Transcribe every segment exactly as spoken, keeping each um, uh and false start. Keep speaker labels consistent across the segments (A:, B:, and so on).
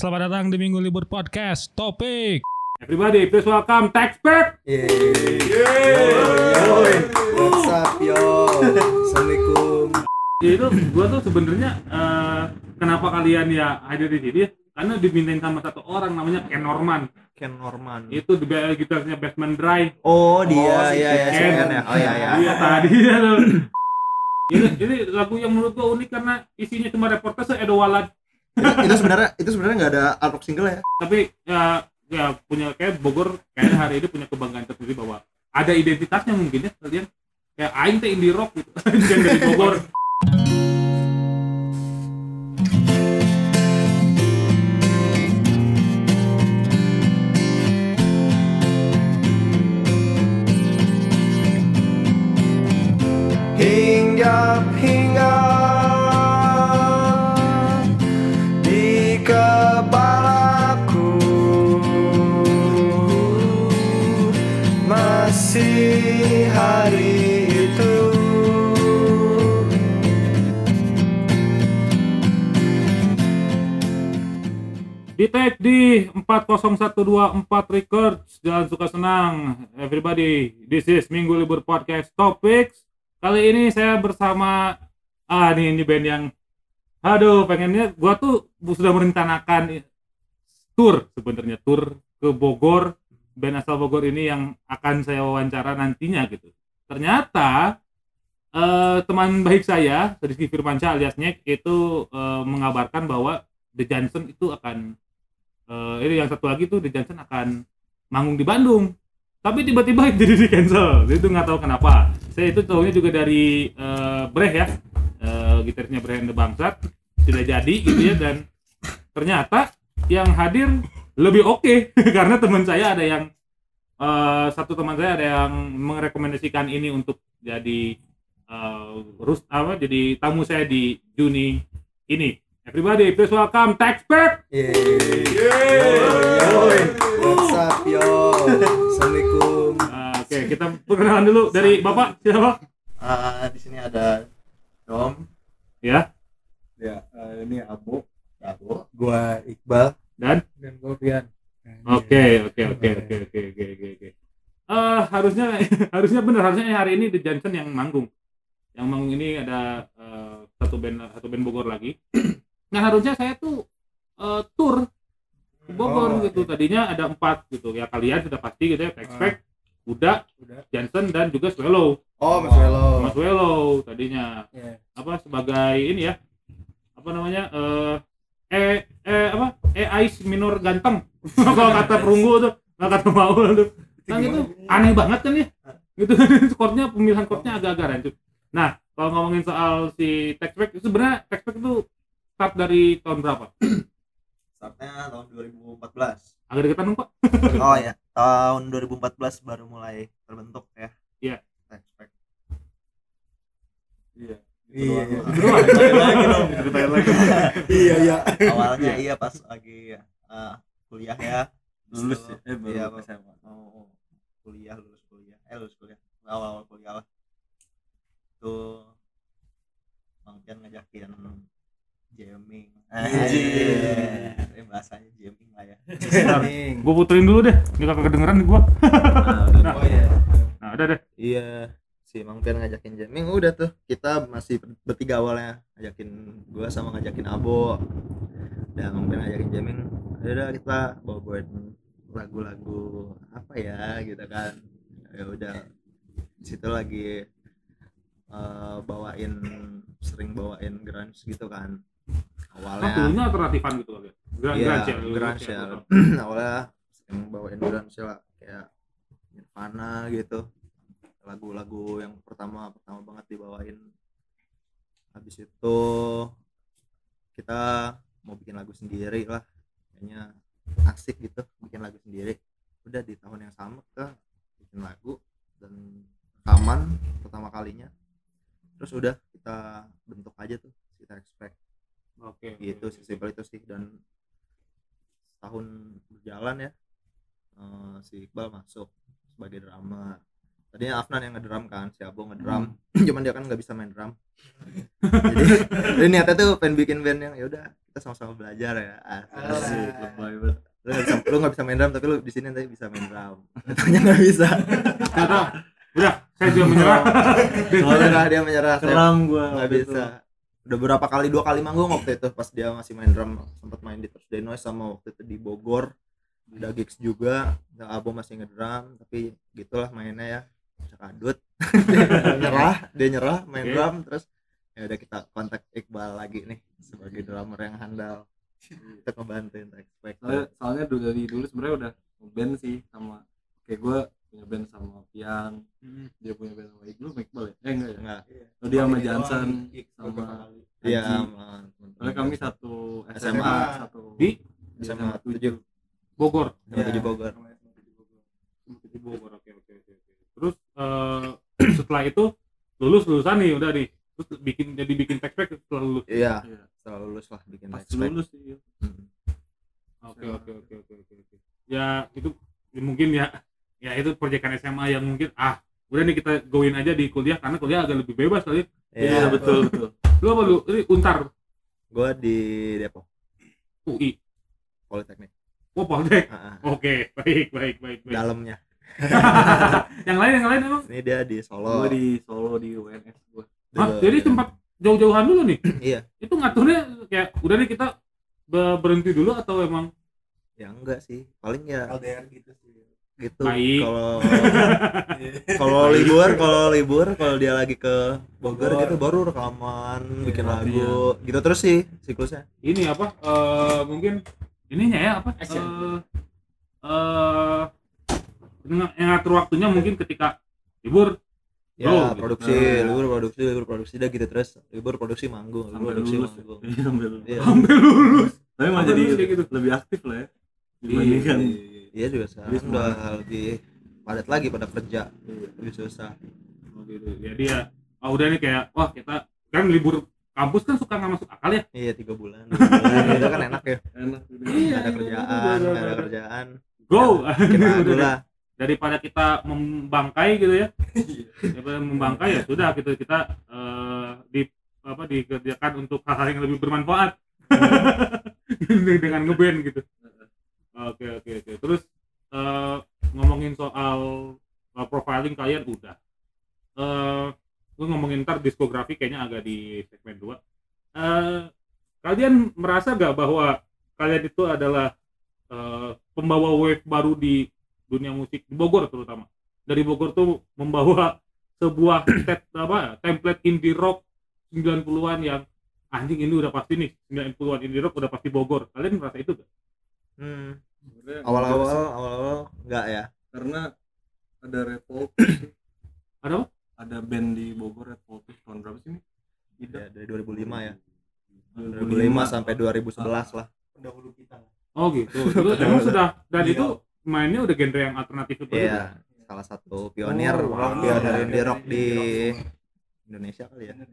A: selamat datang di Minggu Libur Podcast. Topik.
B: Everybody, please welcome Textback.
C: Yeay. What's up, yo? Assalamualaikum.
B: Ya itu, gua tuh sebenarnya uh, kenapa kalian ya hadir di sini ya? Karena dimintain sama satu orang namanya Ken Norman.
C: Ken Norman.
B: Itu di gitarnya Basement Dry.
C: Oh, dia
B: Oh, si
C: ya, ya, si
B: Ken.
C: Ken ya. Oh iya ya.
B: Iya tadi ya loh. Ini, ini lagu yang menurut gua unik karena isinya cuma reportase Edo Walad.
C: itu, itu sebenarnya itu sebenarnya nggak ada artwork single ya.
B: Tapi ya ya punya kayak Bogor kayaknya hari ini punya kebanggaan tersendiri bahwa ada identitasnya mungkin ya kalian. Kayak aing teh indie rock gitu. Jangan dari Bogor.
C: Hinggap hinggap di kepalaku masih hari itu.
B: Di tag di empat nol satu dua empat Records. Jangan suka senang everybody. This is Minggu Libur Podcast Topics. Kali ini saya bersama ah nih ini band yang aduh pengennya gua tuh sudah merencanakan tour sebenarnya tour ke Bogor, band asal Bogor ini yang akan saya wawancara nantinya gitu. Ternyata eh, teman baik saya Rizky Firmansyah alias Nyek itu eh, mengabarkan bahwa The Johnson itu akan eh, ini yang satu lagi tuh The Johnson akan manggung di Bandung. Tapi tiba-tiba jadi di cancel, itu nggak tahu kenapa. Saya itu tahunya juga dari uh, Breh ya, uh, gitarisnya Breh and the Bangsat sudah jadi gitu ya, dan ternyata yang hadir lebih oke okay, karena teman saya ada yang uh, satu teman saya ada yang merekomendasikan ini untuk jadi uh, rus apa jadi tamu saya di Juni ini. Everybody, please welcome Textback.
C: Yeay. What's up, yo? Assalamualaikum.
B: Uh, Oke, okay, kita perkenalan dulu dari Bapak siapa?
D: Uh, di sini ada Rom,
B: Ya,
D: ya uh, ini Abu, Abu,
C: Gua Iqbal
B: dan
D: dan Govian.
B: Oke, oke, oke, oke, oke, oke, oke, oke. Eh harusnya harusnya benar harusnya hari ini The Johnson yang manggung. Yang manggung ini ada uh, satu band satu band Bogor lagi. Nah harusnya saya tuh uh, tour ke Bogor
D: Oh,
B: gitu.
D: okay.
B: Tadinya ada empat gitu. Ya kalian sudah pasti gitu ya. Textback, Uda,
D: Udah.
B: Johnson dan juga Swallow.
C: Oh, Mas Welo.
B: Mas Swallow tadinya
D: Yeah.
B: apa sebagai ini ya. Apa namanya? Eh eh, eh apa? E Ais minor ganteng. Kalau kata perunggu tuh, nggak kata mau tuh. Nah itu aneh banget kan ya. Gitu chordnya pemilihan chordnya agak-agak rancu. Nah, kalau ngomongin soal si Textback itu sebenarnya Textback itu start dari tahun berapa?
D: Startnya tahun dua ribu empat belas.
B: Agak deketan dong, Pak.
D: Oh ya, tahun dua ribu empat belas baru mulai terbentuk ya.
B: Iya.
D: Textback.
C: Iya.
D: Iya.
C: Iya.
B: Berdua lagi dong, ceritain lagi.
C: Iya, iya.
D: Awalnya iya pas lagi uh, kuliah ya.
E: Lulus
D: Terus,
E: ya? Eh, baru
D: iya,
E: S M A.
D: mau kuliah lulus kuliah. Eh lulus kuliah. Awal-awal kuliah lah. Tuh Bang Pian ngajakin jamming.
C: Iya.
D: Eh bahasanya jamming lah ya.
B: Gue puterin dulu deh, ini kakak kedengeran nih gua. Nah,
C: Oh iya.
B: nah udah deh.
D: Iya, si Mang Pian ngajakin jamming udah tuh. Kita masih bertiga awalnya, ngajakin gua sama ngajakin Abo. Dan Mang Pian ngajakin jamming. Udah kita bawa-bawain lagu-lagu apa ya gitu kan. Ya udah. Di situ lagi uh, bawain sering bawain grunge gitu kan.
B: Nah,
D: Awalnya
B: dulunya alternatifan gitu kali ya. Gran
D: iya,
B: grunge ya.
D: grunge ya. Awalnya sering bawain grunge lah kayak Nirvana gitu. Lagu-lagu yang pertama pertama banget dibawain. Habis itu kita mau bikin lagu sendiri lah, kayaknya asik gitu bikin lagu sendiri. Udah di tahun yang sama kita bikin lagu dan rekaman pertama kalinya. Terus udah kita bentuk aja tuh, kita expect
B: Oke.
D: gitu, sesimpel itu sih. Dan setahun berjalan ya, uh, si Iqbal masuk sebagai drummer. Tadinya Afnan yang ngedrum kan, si Abo ngedrum. Hmm. Cuman dia kan nggak bisa main drum. Jadi, jadi niatnya tuh pengen bikin band yang ya udah kita sama-sama belajar ya.
C: Asik.
E: Lebay banget.
D: Lu nggak bisa lu nggak bisa main drum tapi lu di sini nanti bisa main drum. Katanya nggak bisa.
B: Ternyata udah saya juga menyerah.
D: Soalnya dia menyerah. Saya
E: Keram gua.
D: nggak bisa. Udah berapa kali dua kali manggung waktu itu pas dia masih main drum, sempat main di Thursday Noise sama waktu itu di Bogor. Ada gigs juga, Abo masih ngedrum tapi gitulah mainnya ya. Cakadut. dia nyerah, dia nyerah main
B: Okay.
D: drum terus ya udah kita kontak Iqbal lagi nih sebagai drummer yang handal. Kita ngebantuin Expect.
E: Soalnya, soalnya dulu dari dulu sebenarnya udah band sih sama kayak gue punya band sama Pian, dia punya band sama Iqbal, Iqbal ya? Eh enggak ya?
D: Enggak.
E: Oh, dia sama
C: Ini
E: Jansen
C: doang,
E: sama
D: Iya,
E: Haji.
D: aman.
E: Soalnya kami satu S M A,
D: S M A.
E: satu
B: Di
E: di
D: S M A tujuh.
B: Bogor.
D: Sama tujuh Bogor.
B: Di Bogor. Oke oke oke. oke. Terus eh, setelah itu lulus lulusan nih udah nih. Terus bikin jadi bikin tech-pack setelah lulus.
D: Iya,
E: Iya.
D: setelah lulus lah bikin
E: Pas
D: Expect.
E: lulus sih.
D: Hmm.
B: Oke oke oke oke oke oke. Ya itu ya, mungkin ya ya itu proyekan S M A yang mungkin ah udah nih kita goin aja di kuliah karena kuliah agak lebih bebas kali.
E: Iya
D: Iya,
E: betul betul.
B: Lu apa lu? Ini Untar
D: gua di Depok
B: U I.
D: Politeknik.
B: Oh, Poltek.
D: Ah, ah.
B: Oke, baik baik baik baik.
D: Dalamnya.
B: yang lain yang lain emang?
D: Ini dia di Solo.
E: Gue di Solo di U N S gue.
B: Hah,
D: Dulu-
B: jadi tempat jauh-jauhan dulu nih.
D: Iya.
B: Itu ngaturnya kayak udah nih kita be- berhenti dulu atau emang
D: Ya enggak sih. Paling ya
C: L D R gitu sih.
D: gitu.
B: Baik.
D: Kalau kalau libur, kalau libur, kalau dia lagi ke Bogor gitu baru rekaman, bikin
E: Iya.
D: lagu. Gitu terus sih siklusnya.
B: ini apa? eh mungkin ininya ya apa?
C: Action.
B: Eh eh yang yang ngatur waktunya mungkin ketika libur.
D: Ya,
B: Oh,
D: produksi,
E: gitu.
D: libur produksi, libur produksi dah gitu terus. Libur produksi manggung, libur
E: Sampai
D: produksi
E: lulus.
D: manggung.
E: Iya sampai lulus.
D: Iya.
B: Sampai lulus.
E: Tapi malah
B: Sampai
E: jadi
B: lulus kayak gitu.
E: lebih aktif lah ya dibandingkan.
D: Iya juga sekarang
E: Jadi
D: udah lebih padat lagi pada kerja,
E: Iya.
D: lebih susah.
B: Oh, gitu. Jadi ya oh, udah nih kayak wah kita kan libur kampus kan suka nggak masuk akal ya.
D: Iya tiga bulan. Itu kan enak ya.
E: Enak gitu.
D: Nggak ada kerjaan, nggak ada kerjaan.
B: Go.
D: Kita adu lah.
B: Daripada kita membangkai gitu ya. Daripada membangkai ya sudah gitu kita eh, di apa dikerjakan untuk hal-hal yang lebih bermanfaat. Dengan ngeband gitu. Oke oke oke. Terus eh, ngomongin soal uh, profiling kalian udah. Eh gue ngomongin ntar diskografi kayaknya agak di segmen dua. Eh kalian merasa gak bahwa kalian itu adalah eh, pembawa wave baru di dunia musik di Bogor terutama. Dari Bogor tuh membawa sebuah set, apa template indie rock sembilan puluhan yang anjing ini udah pasti nih sembilan puluhan indie rock udah pasti Bogor. Kalian merasa itu gak?
D: Hmm.
E: Sebenarnya
D: Awal-awal,
E: enggak sih,
D: awal-awal enggak ya.
E: karena ada Red Volt,
B: Ada apa?
E: ada band di Bogor Red Volt tahun berapa sih nih?
D: Ya, dari dua ribu lima ya.
E: dua
D: dua ribu lima sampai dua ribu sebelas lah.
C: Pendahulu kita.
B: Oh gitu. Itu emang sudah dan itu mainnya udah genre yang alternatif itu.
D: Iya, salah satu pionir
B: Oh,
D: rock,
B: wow.
D: pionir indie rock di Indonesia kali ya.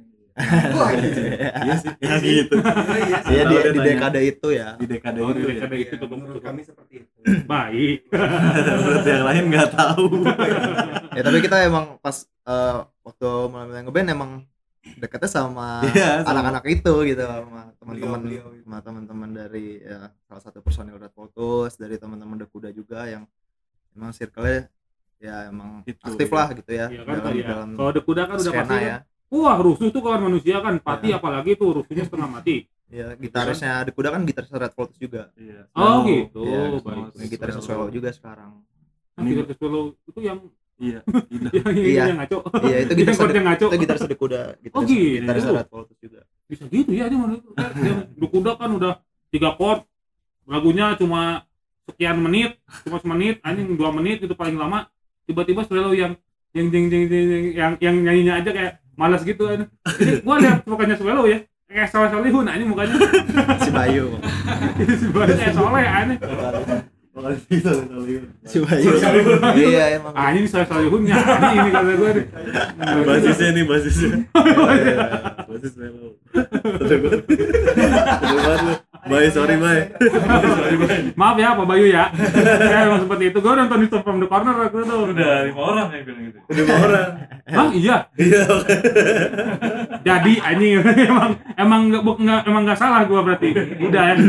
E: Iya sih, ya gitu.
D: Iya di,
E: Kalau dia
D: di
E: tanya.
D: dekade itu ya.
E: Di dekade
B: Oh,
E: itu
B: di
E: ya.
B: dekade itu tuh
C: Menurut kami seperti itu.
B: baik.
E: Menurut yang lain nggak tahu.
D: Ya tapi kita emang pas eh, waktu mulai ngeband emang deketnya sama
E: Iya, sama-
D: anak-anak itu gitu sama teman-teman
C: Beliau-beliau itu.
D: sama teman-teman dari ya salah satu personil Red Lotus, dari teman-teman The Kuda juga yang emang circle-nya ya emang
E: Itu,
D: aktif
E: iya.
D: lah gitu ya
B: Iya kan
D: dalam
B: ya.
D: dalam
B: Kalau The Kuda kan udah
D: skena
B: pasti kan.
D: ya.
B: Wah, rusuh tuh kawan manusia kan. Pati
D: Iya.
B: apalagi tuh rusuhnya setengah mati.
D: Ya gitarisnya The Kuda kan gitaris Red Lotus juga.
E: Iya.
B: Oh,
E: Selalu-
B: gitu.
D: Iya,
B: baik.
D: ini gitaris solo juga sekarang.
B: Nah, tiga solo itu yang
E: Iya. Tidak.
B: yang
D: Iya.
B: yang ngaco.
D: Iya itu
B: Yang
D: gitaris
B: chordnya ngaco.
D: itu gitaris The Kuda, gitaris,
B: Oh, gitu.
D: gitaris Red Lotus juga.
B: Bisa gitu ya dia mana itu. Yang The Kuda kan udah tiga chord. Lagunya cuma sekian menit, cuma semenit, anjing dua menit itu paling lama. Tiba-tiba selalu yang yang jeng jeng jeng jeng- yang yang nyanyinya aja kayak malas gitu kan. Jadi gua lihat mukanya Swelo ya, kayak Soleh Solihun anjing mukanya.
D: Si Bayu.
B: Si Bayu kayak Soleh anjing.
E: Makanya bisa sekali.
D: Si Bayu. Iya emang.
B: Anjing Soleh Solihun nyanyi ini kata gua nih.
E: Basisnya nih basisnya.
B: Oh, iya.
E: Basis melo. Seru banget. Seru banget lu.
D: Bye, sorry bye.
B: Maaf ya Pak Bayu ya. Ya emang seperti itu. Gue nonton di Top from the Corner waktu itu.
E: Udah lima orang yang bilang gitu.
D: Udah lima orang.
B: Hah iya.
D: Iya.
B: Jadi anjing emang emang nggak bu- nggak emang nggak salah gue berarti. Udah ya.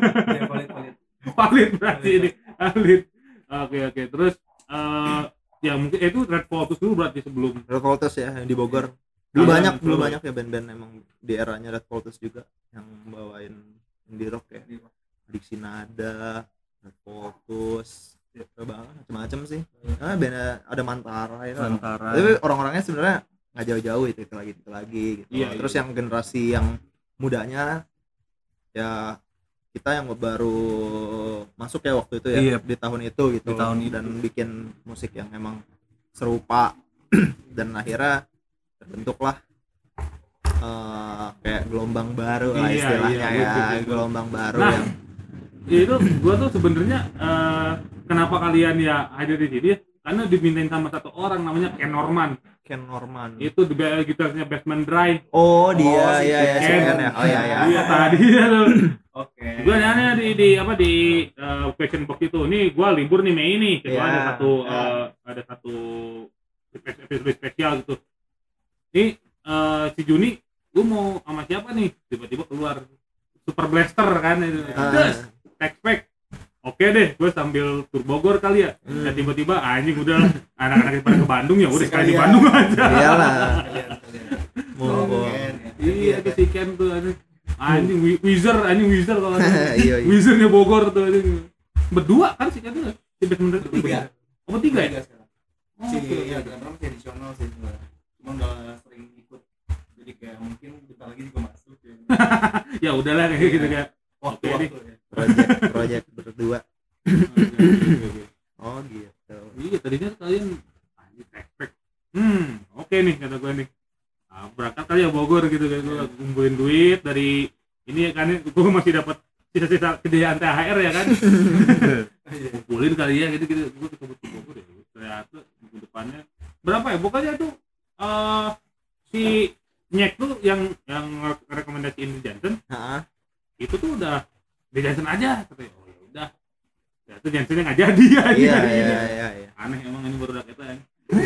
B: Valid berarti ini. Valid. Oke oke. Terus eh ya mungkin itu Red Voltus dulu berarti sebelum.
D: Red Voltus ya yang di Bogor. Dulu
B: Kalian
D: banyak, dulu
B: dulu.
D: banyak ya band-band emang di eranya Red Voltus juga yang bawain indie rock ya. Diksi Nada, Red Voltus, ya banget macam-macam sih. Nah, band ada Mantara itu.
E: Mantara.
D: Tapi orang-orangnya sebenarnya nggak jauh-jauh itu, itu lagi itu lagi gitu.
B: Iya,
D: Terus
B: iya.
D: yang generasi yang mudanya ya kita yang baru masuk ya waktu itu ya,
E: Iya.
D: di tahun itu gitu.
E: Di tahun itu.
D: Dan bikin musik yang emang serupa dan akhirnya terbentuklah eh, kayak gelombang baru lah
B: Iya,
D: istilahnya
B: iya,
D: ya,
B: betul, betul.
D: gelombang baru
B: Nah,
D: yang
B: Ya itu gue tuh sebenarnya eh, kenapa kalian ya hadir di sini? Karena dimintain sama satu orang namanya Ken Norman.
D: Ken Norman.
B: Itu di gitarnya Basement Dry.
D: Oh dia
C: Oh, si
D: iya ya si
B: Ken.
D: Ken ya. Oh iya ya.
B: Iya tadi ya tuh.
C: Oke.
B: Gue nanya di di apa di uh, question box itu. Nih gue libur nih Mei ini. Jadi
D: Iya,
B: ada satu
D: iya.
B: eh, ada satu episode spesial gitu. Ini eh, si Juni, gue mau sama siapa nih? Tiba-tiba keluar Super Blaster kan itu.
D: Ah.
B: Des, Texpack. Oke deh, gue sambil tur Bogor kali ya.
D: Hmm.
B: Dan tiba-tiba anjing udah lah, anak-anak pada ke Bandung ya udah sekali di
C: Sekalian.
B: Bandung aja.
D: Iyalah.
C: Kalian kalian.
D: Mau
C: Oh,
D: mau.
C: Ken.
B: Iya itu si Ken tuh anjing. Anjing Wi- Wizard, anjing Wizard kalau ada.
D: Iya iya.
B: Wizardnya Bogor tuh anjing. Berdua kan si Ken tuh. Si Basement Dry.
C: Bertiga.
B: Oh, tiga ya?
C: Tiga sekarang.
B: Oh,
C: Si
B: oke,
C: ya
B: oke.
C: kadang masih additional sih sebenarnya. Cuma udah sering ikut. Jadi kayak mungkin bentar lagi juga masuk ya.
B: Ya udahlah kayak gitu kayak. Oke deh.
C: Waktu-waktu ya.
D: Project project berdua. Oh gitu.
B: Iya tadinya kalian anjing Texpack. Hmm, oke nih kata gue nih. Nah, berangkat kali ya Bogor gitu kan gue kumpulin duit dari ini ya kan gue masih dapat sisa-sisa kejayaan T H R ya kan. Kumpulin kali ya gitu gitu gue ketemu ke Bogor ya. Ternyata minggu depannya berapa ya? Pokoknya itu eh si Nyek tuh yang yang rekomendasiin di Johnson
D: Heeh.
B: itu tuh udah di Johnson aja katanya. Oh ya udah. Ya itu Johnsonnya nggak jadi ya.
D: Iya iya iya iya.
B: Aneh emang ini baru kita ya.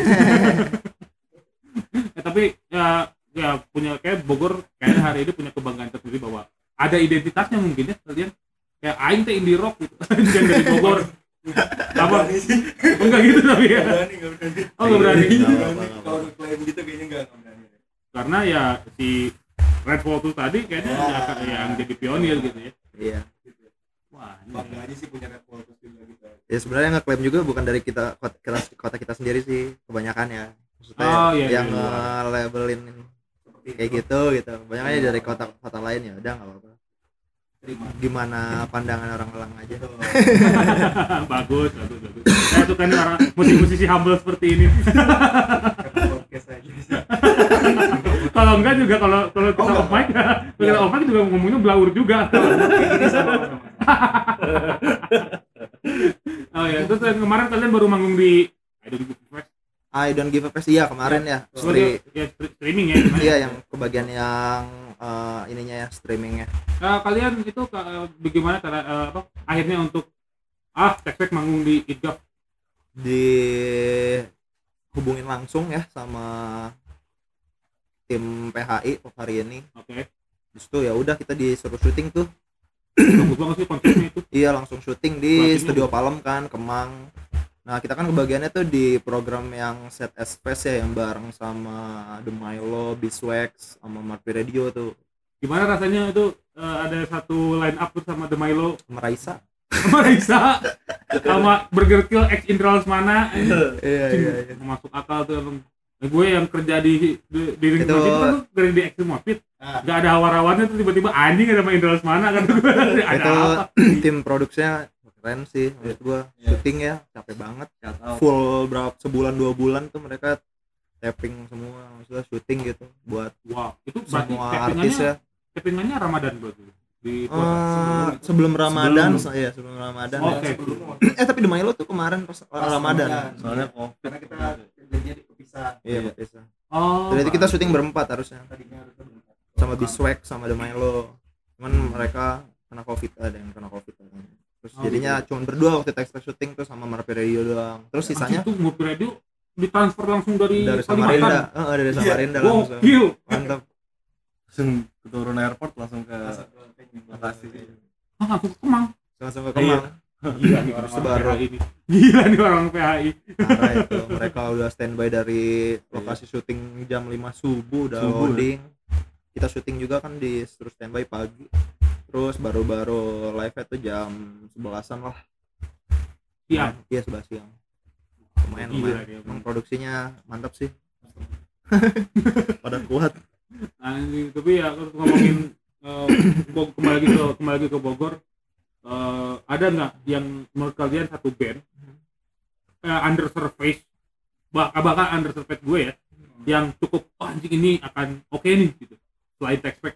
B: eh, tapi ya ya punya kayak Bogor kayaknya hari ini punya kebanggaan tersendiri bahwa ada identitasnya mungkin ya kalian kayak aing teh indie rock gitu jangan dari Bogor apa enggak gitu tapi ya
C: Berani enggak berani.
B: oh nggak berani
D: Nggak apa-apa, nggak apa-apa.
C: Kalau klaim gitu kayaknya enggak enggak berani.
B: karena ya si Red Voltus tadi kayaknya ya, yang jadi pionir gitu ya
D: Iya.
B: wah ini
C: Bangga aja sih punya Red Voltus juga gitu.
D: Ya sebenarnya ngeklaim juga bukan dari kita kota, kita- kota kita sendiri sih kebanyakan ya. Maksudnya
B: Oh, iya,
D: yang
B: iya,
D: nge-labelin
C: Seperti
D: kayak gitu gitu. Banyak aja dari kota-kota lain ya udah nggak apa-apa.
C: terima.
D: Gimana pandangan orang-orang aja.
C: Betul.
B: bagus bagus bagus saya suka nih orang musisi-musisi humble seperti ini
C: Podcast aja.
B: kalau enggak juga kalau kalau kita
C: enggak.
B: off mic kalau kita off mic juga ngomongnya blawur juga
C: Kayak gini sama sama.
B: oh ya terus yang kemarin kalian baru manggung di I Don't Give a Fuck
D: I don't give a pass iya kemarin ya.
B: Sebagai
D: Stri-
B: ya, stri- streaming ya gimana?
D: Iya yang kebagian yang eh, ininya ya streamingnya.
B: Eh, kalian itu eh, bagaimana cara eh, apa akhirnya untuk ah Texpack manggung di Idgaf
D: Dihubungin langsung ya sama tim P H I untuk hari ini.
B: oke
D: Terus tuh ya udah kita disuruh syuting tuh.
B: bagus banget sih konsepnya itu
D: Iya langsung syuting di
B: Pelatihnya
D: Studio Palem kan Kemang. Nah kita kan kebagiannya tuh di program yang Set as Space ya yang bareng sama The Milo, Beeswax, sama Marpi Radio tuh
B: gimana rasanya itu eh, ada satu line up tuh sama The Milo
D: sama Raisa.
B: sama Raisa sama Burger Kill X Indra Lesmana
D: Iya iya iya.
B: masuk akal tuh emang. Nah, gue yang kerja di di, di ring
D: Itu-
B: musik itu kan kerja di Extreme Morbid
C: Ah.
B: nggak ada awar-awarnya tuh tiba-tiba anjing ada sama Indra Lesmana kan ada
D: Itu
B: apa
D: tim produksinya keren sih menurut gua.
C: Iya.
D: Syuting ya capek banget.
E: Shout out.
D: Full berapa sebulan dua bulan tuh mereka tapping semua maksudnya syuting gitu buat
B: wow itu berarti
D: semua artis
B: tappingannya
D: ya.
B: tappingannya Ramadan berarti di
D: Eh,
B: puasa
D: sebelum Ramadan,
E: Sebelum.
D: saya sebelum Ramadan.
B: Oke.
D: ya.
C: Sebelum
D: Eh tapi The Milo tuh kemarin pas Ramadan.
E: Soalnya covid.
C: karena kita kerjanya di kepisah.
D: Iya, bisa.
B: oh
D: Jadi kita syuting berempat harusnya.
C: Tadinya harusnya berempat.
D: Sama Beeswax sama The Milo. Cuman mereka kena covid, ada yang kena covid. Terus
B: Oh,
D: jadinya
B: gitu.
D: cuma berdua waktu itu extra syuting tuh sama Murphy Radio doang. Terus sisanya
B: itu Murphy Radio ditransfer langsung dari
D: dari
B: Kalimantan.
D: Samarinda, heeh dari Samarinda langsung.
B: Gokil.
D: Mantap.
E: Langsung turun airport langsung ke
C: Langsung ke venue.
E: lokasi.
B: Ah, langsung ke Kemang.
D: Langsung ke Kemang.
B: Gila nih orang
D: Sebaru.
B: P H I ini. Gila nih orang P H I.
D: Parah itu. Mereka udah standby dari lokasi syuting jam lima subuh udah
E: Subuh,
D: loading. Kita syuting juga kan di terus standby pagi. Terus baru-baru live itu jam sebelasan lah.
B: Iya.
D: Iya sebelas siang. Lumayan
B: Gila,
D: lumayan.
B: dia.
D: Emang produksinya mantap sih. Pada kuat.
B: Anjing, tapi ya kalau ngomongin eh, Bog- kembali lagi ke kembali lagi ke Bogor, eh, ada nggak yang menurut kalian satu band eh, undersurface, bah- bahkan undersurface gue ya, yang cukup oh, anjing ini akan oke nih gitu, selain Textpack.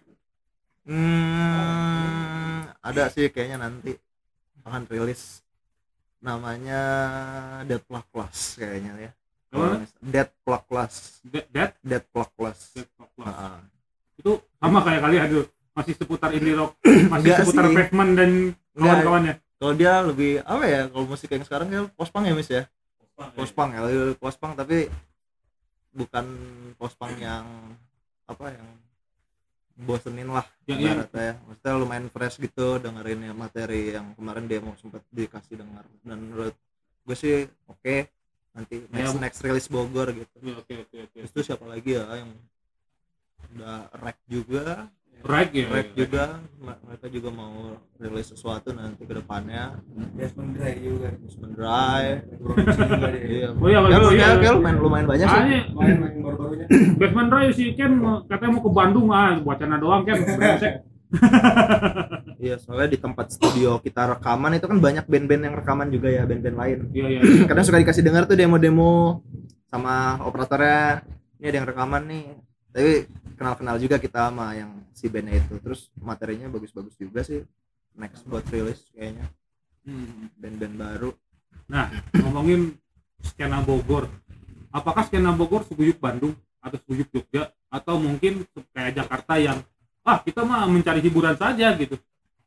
D: Hmm, ada sih kayaknya nanti akan rilis namanya Dead Plug Class kayaknya ya.
B: Apa?
D: Dead Plug Class.
B: That, that,
D: Dead Plug Class.
B: that Class.
D: Heeh.
B: Itu sama kayak kalian aduh, masih seputar indie rock, masih
D: Enggak
B: seputar
D: sih.
B: Pavement dan
D: Enggak.
B: kawan-kawannya.
D: Kalau dia lebih apa ya? Kalau musik yang sekarang kayak post-punk ya, Miss ya. Post-punk ya, lebih post-punk tapi bukan post-punk yang apa yang bosenin lah
B: Yang- yang-
D: ibaratnya ya. Maksudnya lumayan fresh gitu dengerin ya materi yang kemarin demo sempat dikasih dengar dan menurut gue sih oke nanti next
B: Ya.
D: next release Bogor gitu.
B: Ya, Oke oke oke.
D: Terus itu siapa lagi ya yang udah rek juga
B: Right ya.
D: rek
B: ya.
D: juga Ma- mereka juga mau rilis sesuatu nanti ke depannya.
C: Desmond Dry juga.
D: Desmond Dry.
C: Produksi juga dia.
D: Iya.
B: Oh iya,
D: Ya, lu-
B: iya,
D: ya,
B: iya.
D: kayak lumayan lumayan banyak sih.
B: Soalnya
C: Main main baru-barunya.
B: Basement Ray si Ken mau- katanya mau ke Bandung, ah wacana doang Ken, brengsek.
D: Iya, soalnya di tempat studio kita rekaman itu kan banyak band-band yang rekaman juga ya, band-band lain.
B: Iya iya.
D: Kadang suka dikasih dengar tuh demo-demo sama operatornya. Ini ada yang rekaman nih. Tapi kenal-kenal juga kita sama yang si bandnya itu. Terus materinya bagus-bagus juga sih. Next buat rilis kayaknya
B: Hmm.
D: band-band baru.
B: Nah, ngomongin skena Bogor. Apakah skena Bogor seguyup Bandung atau seguyup Jogja atau mungkin kayak Jakarta yang ah kita mah mencari hiburan saja gitu.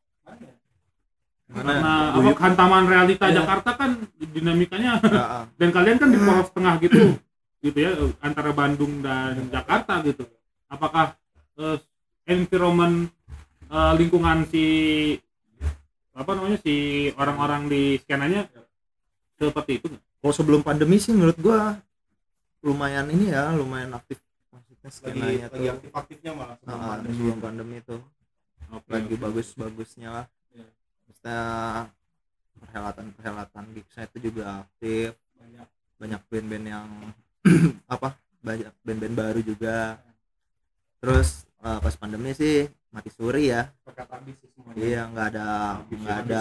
B: Karena apa hantaman realita
D: Iya.
B: Jakarta kan dinamikanya
D: Heeh.
B: dan kalian kan di poros tengah gitu gitu ya antara Bandung dan Jakarta gitu. Apakah eh, environment eh, lingkungan si apa namanya si orang-orang di skenanya seperti itu nggak?
D: Kalau sebelum pandemi sih menurut gua lumayan ini ya, lumayan aktif maksudnya
C: Lagi
D: skenanya
C: lagi
D: tuh.
C: aktif-aktifnya malah. sebelum
D: Heeh,
C: pandemi.
D: sebelum pandemi tuh
B: Oke,
D: lagi
B: oke.
D: bagus-bagusnya lah.
C: Iya.
D: Maksudnya perhelatan-perhelatan gigsnya itu juga aktif,
C: Banyak.
D: banyak band-band yang apa banyak band-band baru juga. Terus eh, pas pandemi sih mati suri ya.
C: Perkataan bisnis semuanya.
D: Iya, nggak ada
B: Habis,
D: nggak
B: habis.
D: ada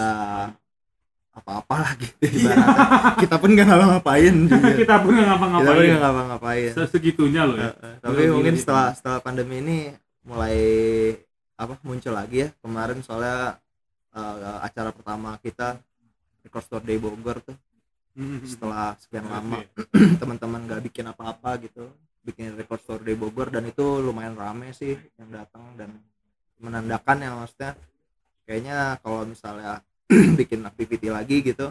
D: apa-apa lah gitu ibaratnya. Kita pun nggak ngapa-ngapain juga.
B: Kita pun nggak
D: Kita pun
B: ngapa-ngapain
D: nggak ngapa-ngapain.
B: segitunya loh ya.
D: Heeh. Tapi
B: Gila,
D: mungkin
B: gila,
D: setelah
B: gila.
D: setelah pandemi ini mulai apa muncul lagi ya. Kemarin soalnya eh, acara pertama kita Record Store Day Bogor tuh
B: Hmm.
D: setelah sekian lama teman-teman nggak bikin apa-apa gitu, bikin Record Store Day Bogor dan itu lumayan rame sih yang datang dan menandakan ya maksudnya kayaknya kalau misalnya bikin activity lagi gitu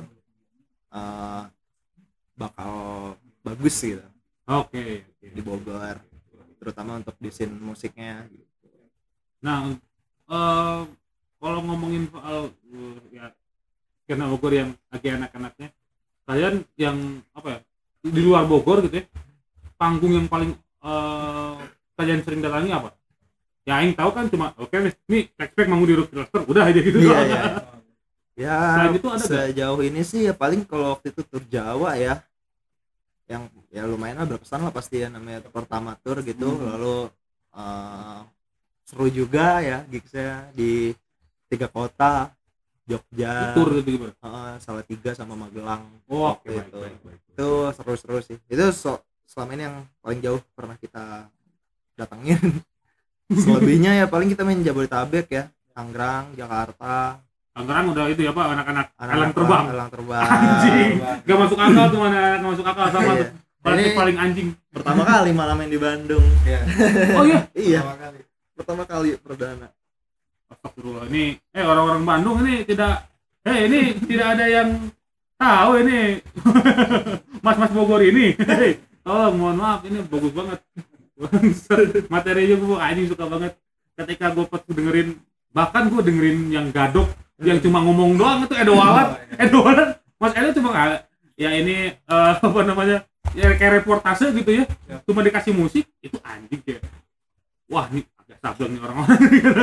D: eh, bakal bagus gitu
B: Oke, oke.
D: di Bogor terutama untuk di scene musiknya gitu.
B: Nah, eh, kalau ngomongin soal eh, ya skena Bogor yang lagi anak-anaknya, kalian yang apa ya di luar Bogor gitu ya, panggung yang paling eh, kalian sering datangi apa? Ya, Aing tahu kan cuma oke okay, nih Textpack manggung di Rock Cluster, udah aja gitu.
D: Iya,
B: doang.
D: iya. Ya
B: Selain itu ada nggak?
D: sejauh ini sih ya paling kalau waktu itu tur Jawa ya yang ya lumayan lah berkesan lah pasti ya namanya pertama tur gitu.
B: Hmm.
D: Lalu eh, seru juga ya gigsnya di tiga kota Jogja,
B: Tur gitu gimana?
D: eh, Salatiga sama Magelang.
B: Oh, oke,
D: Waktu
B: baik,
D: itu.
B: baik, baik.
D: Itu seru-seru sih. Itu so- selama ini yang paling jauh pernah kita datangin. Selebihnya ya paling kita main Jabodetabek ya, Tangerang, Jakarta,
B: Tangerang udah itu ya Pak, anak-anak
D: anak
B: elang terbang.
D: elang terbang.
B: Anjing. Gak masuk akal tuh mana gak masuk akal sama
D: Iya.
B: tuh. Plastik
D: Ini-
B: paling anjing.
D: Pertama kali malah main di Bandung.
C: Iya.
B: Oh iya.
D: Iya,
C: Pertama kali.
D: pertama kali perdana.
B: Astagfirullah, ini eh orang-orang Bandung ini tidak eh ini tidak ada yang tahu ini mas-mas Bogor ini. Hei, oh mohon maaf ini bagus banget. Materinya gue anjing suka banget ketika gue pas dengerin, bahkan gue dengerin yang Gadok yang cuma ngomong doang itu Edo Walat, Edo Walat, Mas Edo cuma ya ini uh, apa namanya ya kayak reportase gitu ya, cuma dikasih musik itu anjing kayak wah nih agak sableng nih orang-orang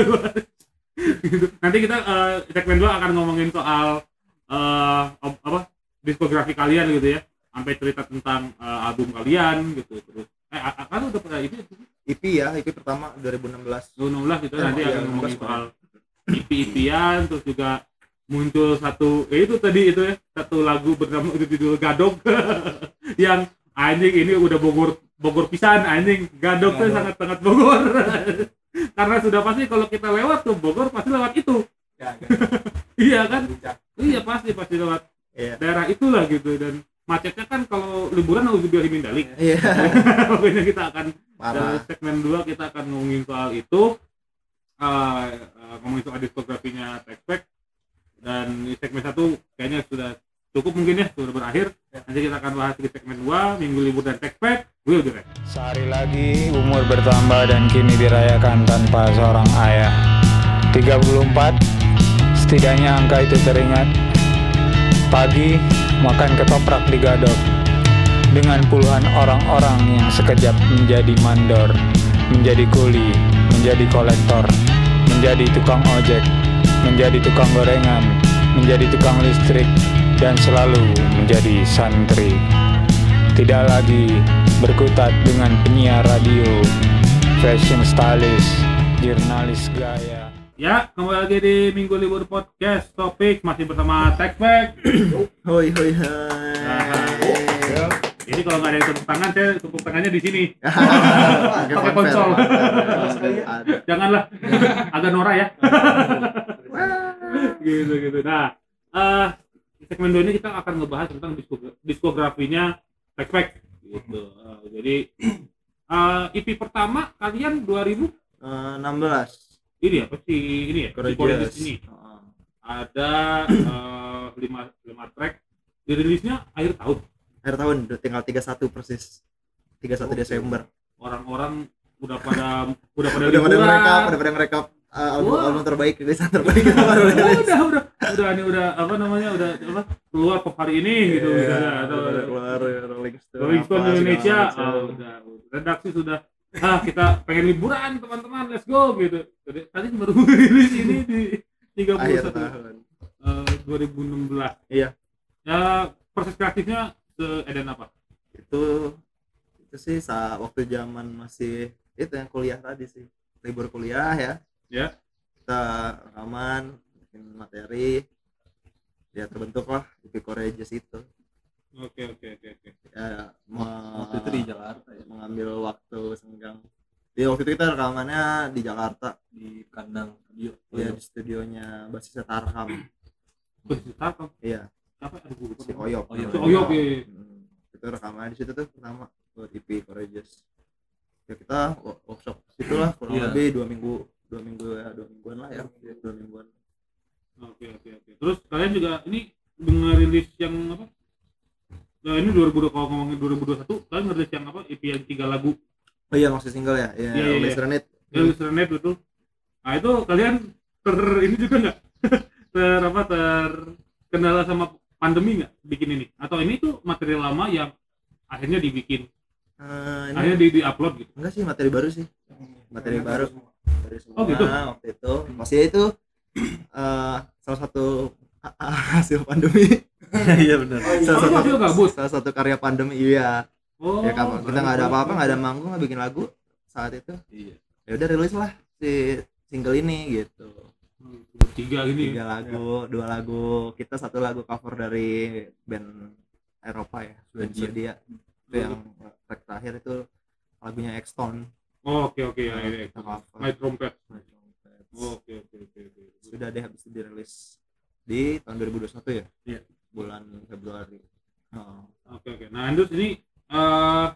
B: gitu. Nanti kita uh, segmen dua akan ngomongin soal uh, apa diskografi kalian gitu ya, sampai cerita tentang uh, album kalian gitu. Terus eh kan udah pernah itu
D: E P ya, E P pertama dua ribu enam belas
B: dua ribu enam belas gitu. Nanti
D: iya,
B: akan ngomongin
D: enam belas
B: soal E P-E P-an, terus juga muncul satu ya itu tadi itu ya, satu lagu bernama judul Gadok yang anjing ini udah Bogor Bogor pisan anjing. Gadok tuh sangat sangat Bogor. Karena sudah pasti kalau kita lewat tuh Bogor pasti lewat itu.
C: Ya,
B: Iya kan? Iya pasti pasti lewat
D: Iya.
B: daerah itulah gitu. Dan macetnya kan kalau liburan harus juga Himindalik.
D: Iya.
B: Pokoknya kita akan
D: Parah.
B: dari segmen dua kita akan ngomongin soal itu, uh, uh, ngomongin soal diskografinya Tekpek. Dan di segmen satu kayaknya sudah cukup mungkin ya, sudah berakhir. Nanti kita akan bahas di segmen dua, Minggu Libur dan Tekpek. Will be right.
F: Sehari lagi umur bertambah dan kini dirayakan tanpa seorang ayah. tiga puluh empat, setidaknya angka itu teringat. Pagi, makan ketoprak di Gadok dengan puluhan orang-orang yang sekejap menjadi mandor, menjadi kuli, menjadi kolektor, menjadi tukang ojek, menjadi tukang gorengan, menjadi tukang listrik, dan selalu menjadi santri. Tidak lagi berkutat dengan penyiar radio, fashion stylist, jurnalis gaya.
B: Ya, kembali lagi di Minggu Libur Podcast Topik, masih bersama Tekpek.
D: Hoi hoi hai.
B: Jadi kalau nggak ada yang tepuk tangan, saya tepuk tangannya di sini.
D: Pakai
B: Pakai konsol.
D: Ada.
B: Janganlah, agak norak ya. gitu gitu. Nah, uh, di segmen dua ini kita akan ngebahas tentang diskogra- diskografinya Tekpek. Gitu. Uh, jadi uh, E P pertama kalian dua ribu
D: enam belas
B: ini apa sih ini ya? Si Courageous ini.
D: Heeh.
B: Ada uh, lima, lima track, dirilisnya akhir tahun.
D: Akhir tahun tinggal tiga puluh satu persis. tiga puluh satu
B: Oke.
D: Desember.
B: Orang-orang udah pada udah pada
D: Udah pada
B: liburan.
D: mereka, udah pada mereka uh, album
B: Wah.
D: album terbaik, rilisan terbaik kita baru
B: Oh,
D: rilis.
B: udah udah udah ini udah apa namanya udah apa keluar pop hari ini gitu
D: Iya,
B: misalnya atau
D: udah keluar ya, Rolling Stone.
B: Rolling Stone
D: apa,
B: Indonesia
D: segala
B: oh,
D: macam.
B: udah redaksi sudah ah kita pengen liburan teman-teman, let's go gitu. Jadi tadi baru rilis ini di tiga puluh
D: Akhir
B: satu
D: tahun.
B: eh, dua ribu enam belas.
D: Iya.
B: Ya proses kreatifnya seedan apa?
D: Itu itu sih saat waktu zaman masih itu yang kuliah tadi sih, libur kuliah ya.
B: Ya.
D: Kita rekaman, bikin materi, ya terbentuklah E P Courageous itu.
B: Oke oke oke oke.
D: Ya,
E: Waktu itu di Jakarta ya,
D: mengambil waktu senggang. Di waktu itu kita rekamannya di Jakarta,
E: di kandang radio.
D: ya di studionya Basisnya Tarkam.
B: Berita
D: Iya,
B: apa aduh gue lupa.
D: si Oyok.
E: Oyok.
B: Si Oyok, iya.
D: Hmm, itu rekaman di situ tuh pertama buat E P Courageous. Ya kita wo- workshop situlah kurang
E: Iya.
D: lebih dua minggu, dua minggu ya, dua mingguan lah ya, dua mingguan.
B: Oke oke oke. Terus kalian juga ini dengan rilis yang apa? Nah ini dua ribu dua kalau ngomongin dua ribu dua puluh satu kalian ngerilis yang apa? E P yang tiga lagu.
D: Oh iya, masih single ya, ya,
B: Iya, iya,
D: Always
B: iya.
D: Run It.
B: Ya Listenet betul. Nah itu kalian ter ini juga nggak? ter apa terkendala sama pandemi nggak bikin ini? Atau ini tuh material lama yang akhirnya dibikin,
D: Eh, ini
B: akhirnya di, di upload gitu?
D: enggak sih, materi baru sih, materi baru dari semua.
B: Oh, gitu?
D: Waktu itu masih itu eh, salah satu a- a- hasil pandemi. Iya benar. Salah
B: Oh,
D: satu
B: masih gabut?
D: salah satu karya pandemi, iya.
B: Oh,
D: Ya kapan kita nggak ada apa-apa, nggak ada manggung, nggak bikin lagu saat itu.
E: Iya.
D: Ya udah rilis lah si single ini gitu.
B: tiga ini.
D: Tiga lagu, dua lagu kita, satu lagu cover dari band Eropa ya, band
E: Swedia.
D: Swedia. Itu yang track terakhir itu lagunya Exton.
B: Oh, oke oke ya, ini
D: Kita cover.
B: My Trumpet.
D: My Trumpet.
B: Oh, oke oke oke oke.
D: Sudah deh, habis itu dirilis di tahun dua ribu dua puluh satu ya.
B: Iya.
D: Bulan Februari. Oh.
B: Oke oke. Nah, Andus ini eh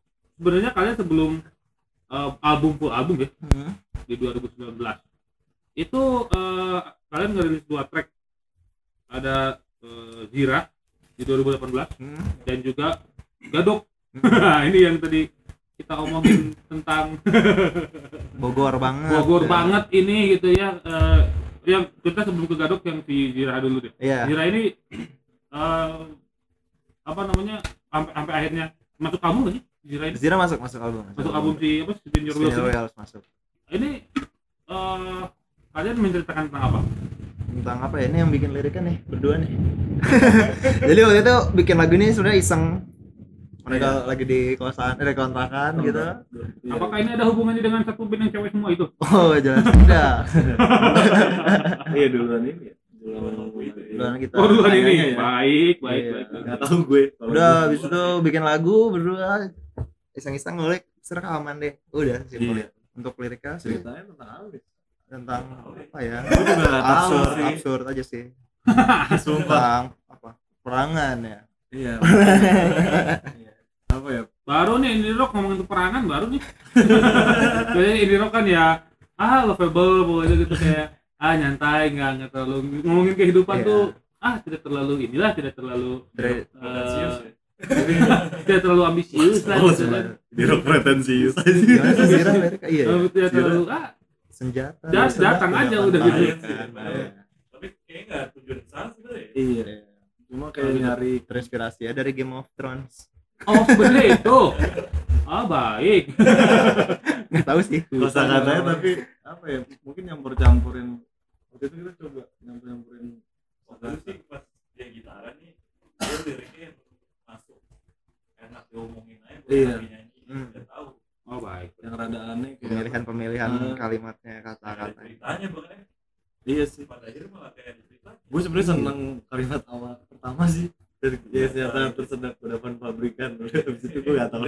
B: sebenarnya kalian sebelum eh, album full album ya
D: Hmm.
B: di dua ribu sembilan belas itu uh, kalian ngerilis dua track, ada uh, Zira di dua ribu delapan belas
D: hmm.
B: dan juga Gadok. Ini yang tadi kita omongin tentang
D: Bogor banget
B: Bogor
D: ya.
B: banget ini gitu ya. Uh, yang kita sebelum ke Gadok yang si Zira dulu deh.
D: Iya.
B: Zira ini uh, apa namanya sampai sampai akhirnya masuk album nggak sih Zira ini?
D: Zira masuk masuk album
B: Masuk album si apa Spin Your Wheels
D: Spin Your
B: ini.
D: Wheels masuk.
B: Ini uh, kalian menceritakan tentang apa?
D: Tentang apa ya, ini yang bikin liriknya nih berdua nih. Jadi waktu itu bikin lagu ini sebenarnya iseng, mereka lagi di kosan, ada kontrakan gitu.
B: Apakah ini ada hubungannya dengan satu band yang cewek semua itu?
D: Oh jelas udah.
E: Iya duluan ini ya.
D: Duluan kita.
B: Oh duluan ini,
E: Kayaknya ya.
B: baik, baik,
D: Iya.
B: baik.
E: Nggak tahu gue. Kalau
D: Udah
E: gue-
D: habis itu bikin lagu berdua, iseng-iseng ngulik, serekaman deh. Udah simpel.
E: Iya.
D: Untuk liriknya sih
E: Ceritanya tentang apa nih?
D: tentang apa ya?
E: Gue juga nggak tahu
D: Absurd,
E: sih.
D: absurd aja sih.
E: Sumpah.
D: Tentang apa? Perangan ya.
E: Iya. Iya. Apa ya?
B: Baru nih indie rock ngomongin peperangan baru nih. Biasanya indie rock kan ya ah lovable pokoknya gitu kayak ah nyantai nggak nggak terlalu ngomongin kehidupan
D: Iya.
B: tuh ah tidak terlalu inilah tidak terlalu
D: Dari
B: eh, tidak terlalu ambisius lah
E: Oh,
B: gitu kan.
E: Di rock pretensius aja.
D: gimana sih Zira liriknya? Iya.
B: Eh, tidak
E: Zira.
B: terlalu ah
D: Senjata.
B: Dat-
D: sedap,
B: datang aja
D: kedapan
B: udah gitu.
D: pahit, kan.
C: Iya. Tapi kayaknya nggak tujuan kesana sih ya.
E: Iya. Cuma kayak nyari
D: Terinspirasi ya dari Game of Thrones.
B: oh sebenarnya itu ah baik.
D: Nggak tahu sih.
E: kosa katanya tapi apa ya? Mungkin campur-campurin. Waktu itu kita coba campur-campurin.
C: Waktu sih pas dia gitaran nih, dia liriknya masuk enak diomongin aja buat
E: Iya.
C: lagi nyanyi,
D: Hmm.
C: nggak tahu.
B: Oh baik.
E: Yang rada aneh kayak
D: Pemilihan-pemilihan
E: Hmm.
D: kalimatnya,
C: Ada
D: kata-katanya.
C: ceritanya bahkan
E: Iya sih.
C: pada akhirnya malah kayak ada cerita.
E: Gue sebenarnya seneng kalimat awal pertama sih. Dari ya ternyata tersedak kudapan pabrikan. Habis itu gue gak tahu.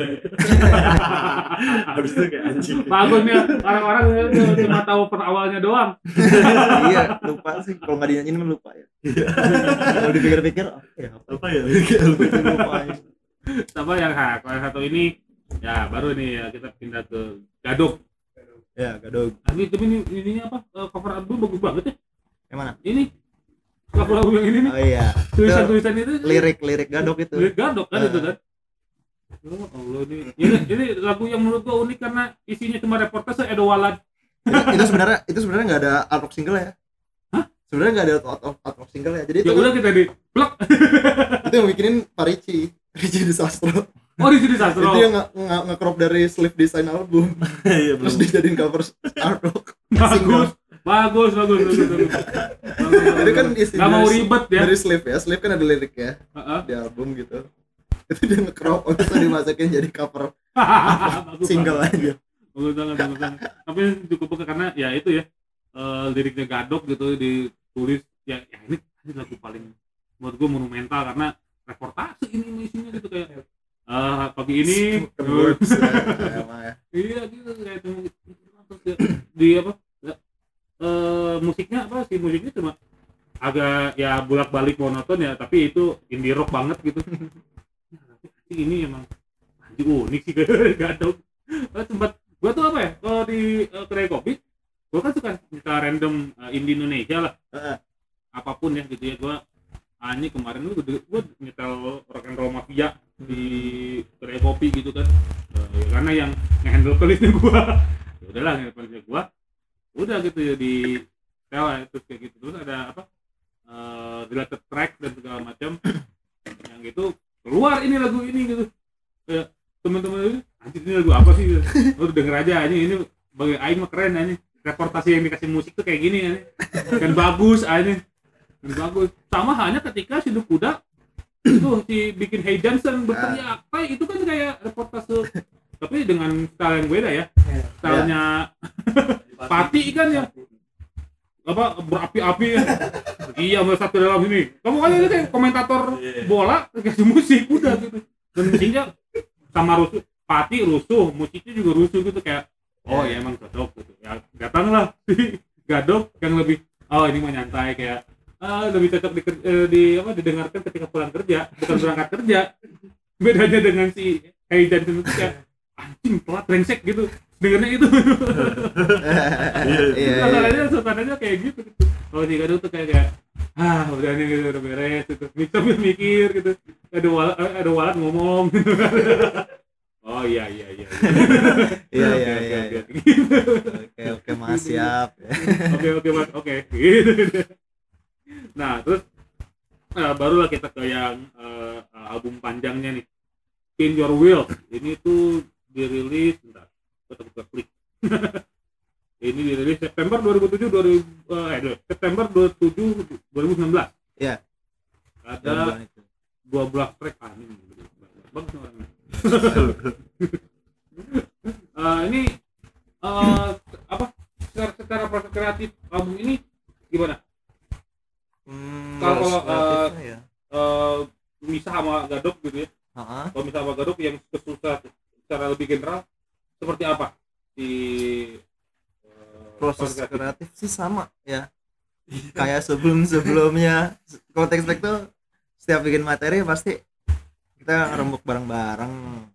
E: Habis itu kayak anjing.
B: Bagus nih orang-orang cuma tahu per awalnya doang.
D: Iya, lupa sih. Kalau nggak dinyanyiin mah lupa ya. Kalau dipikir-pikir, oh, ya apa?
E: Apa ya? Kayak lupa.
D: Lupa ya.
B: Sama yang ha, kalau yang satu ini ya baru nih ya kita pindah ke Gadok.
D: Ya, gadog.
B: Tapi tapi ini ininya apa? Eh, cover album bagus banget ya.
D: Yang mana?
B: Ini lagu-lagu yang ini nih.
D: Oh iya.
B: Tulisan-tulisan itu
D: Lirik-lirik gadog itu.
B: lirik Gadok kan
D: Eh.
B: itu kan. Oh Allah ini. Ini, ini lagu yang menurut gua unik karena isinya cuma reportase Edo Walad.
D: itu, itu sebenarnya itu sebenarnya nggak ada art rock single ya.
B: Hah?
D: Sebenarnya nggak ada art, art, art rock single ya. Jadi
B: Ya
D: itu
B: udah kita di plek.
D: itu yang bikinin Pak Ricci. Ricci Disastro.
B: Oh di sini Sastro.
D: Itu yang nge- nge- nge-crop dari sleeve design album.
E: Iya
D: Terus
E: belum.
D: dijadiin cover art rock.
B: Bagus. Bagus, bagus, bagus, bagus.
D: Itu kan isi
B: Gak mau
D: dari-
B: ribet ya.
D: Dari sleeve ya. Sleeve kan ada lirik ya
B: Heeh.
D: di album gitu. Itu dia nge-crop terus dimasukin jadi cover
B: Bagus,
D: single
B: bagus.
D: aja.
B: Bagus banget, bagus banget. Tapi cukup oke karena ya itu ya eh, liriknya Gadok gitu ditulis ya, ya ini, ini lagu paling buat gue monumental karena reportase ini isinya gitu kayak eh pagi ini
D: Spoken words ya, emang ya.
B: iya gitu kayak itu terus ya, di apa ya, eh musiknya apa sih musiknya cuma agak ya bolak-balik monoton ya tapi itu indie rock banget gitu. Nah, tapi ini emang anjing unik sih Gadok. Eh, tempat gua tuh apa ya kalau di uh, kedai kopi gua kan suka cerita random uh, indie Indonesia lah.
D: Heeh.
B: Apapun ya gitu ya gua Ani kemarin gua gua nyetel rock and roll mafia di kedai kopi gitu kan. Uh, ya, karena yang nge-handle tulisnya gua. Ya udahlah nge tulisnya gua. Udah gitu ya di setel ya, terus kayak gitu terus ada apa? Uh, deleted track dan segala macam. Yang gitu keluar ini lagu ini gitu. Kayak teman-teman ini anjir ini lagu apa sih? Lu denger aja anjing ini bagi aing mah keren anjing. Reportasi yang dikasih musik tuh kayak gini anjing. Dan bagus anjing. Dan bagus. Sama halnya ketika si Dukuda itu si bikin Hey Johnson berteriak. Kayak itu kan kayak reportase tapi dengan style yang beda ya. Stylenya Pati kan ya. Apa berapi-api ya. Iya melesat ke dalam ini. Kamu kan itu kayak komentator bola kasih musik udah gitu. Dan musiknya sama rusuh, Pati rusuh, musiknya juga rusuh gitu kayak oh ya emang cocok gitu. Ya datanglah si Gadok yang lebih oh ini mah nyantai kayak ah lebih cocok di, eh, di apa didengarkan ketika pulang kerja, bukan berangkat kerja. Bedanya dengan si Hey Johnson itu kayak anjing telat brengsek gitu. dengernya itu.
D: Iya, iya.
B: Suasananya suasananya kayak gitu. Kalau si Gadot tuh kayak kayak ah udah nih gitu, udah beres gitu. Sambil mikir gitu. Ada walat ada walat ngomong gitu. Oh iya iya iya.
D: Iya iya
B: Oke,
D: iya.
B: oke,
D: iya.
B: oke, gitu.
D: Oke oke Mas, siap.
B: Oke oke Mas, oke. Gitu. Nah, terus eh, barulah kita ke yang eh, album panjangnya nih. Spin Your Wheels. Ini tuh dirilis bentar. Kita buka klik. Ini dirilis September dua ribu tujuh dua ribu eh September dua ribu tujuh dua ribu sembilan belas.
D: Iya.
B: Ada dua belas track anime. Bagus orangnya. uh, ini uh, apa secara, secara proses kreatif album ini gimana?
D: Hmm,
B: Kalau,
D: proses
B: uh,
D: kreatifnya ya.
B: Uh, misah sama Gadok gitu ya.
D: Heeh.
B: Kalau misah sama Gadok yang susah secara lebih general seperti apa di uh,
D: Proses kreatif sih sama ya. Kayak sebelum-sebelumnya konteks tuh setiap bikin materi pasti kita ngerembuk bareng-bareng.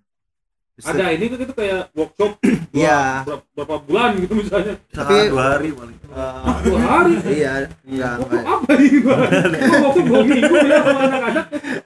B: Ada ini tuh itu kayak workshop
D: Iya.
B: berapa, berapa bulan gitu misalnya.
D: Tapi-
E: dua hari paling.
D: Eh,
B: Dua hari.
D: iya, enggak
B: Workshop
D: enggak.
B: apa nih gua? Gua workshop dua minggu ya sama anak-anak.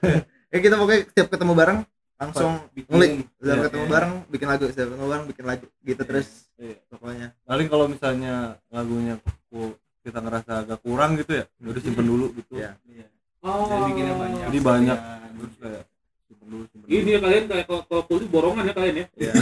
D: Ya kita pokoknya setiap ketemu bareng langsung
E: Bikin.
D: ngulik. Setiap
E: Iya,
D: ketemu
E: iya.
D: bareng bikin lagu, setiap ketemu bareng bikin lagu gitu terus
E: Iya.
D: pokoknya.
E: Paling kalau misalnya lagunya ku- kita ngerasa agak kurang gitu ya, udah simpen dulu gitu.
D: Iya.
B: Oh.
G: Jadi bikinnya banyak.
E: Jadi banyak.
G: sekalian.
E: Terus kayak simpen dulu, simpen
B: Ini
E: dulu.
B: ya kalian kayak kalau kalau kuliah borongan ya kalian ya.
D: Iya.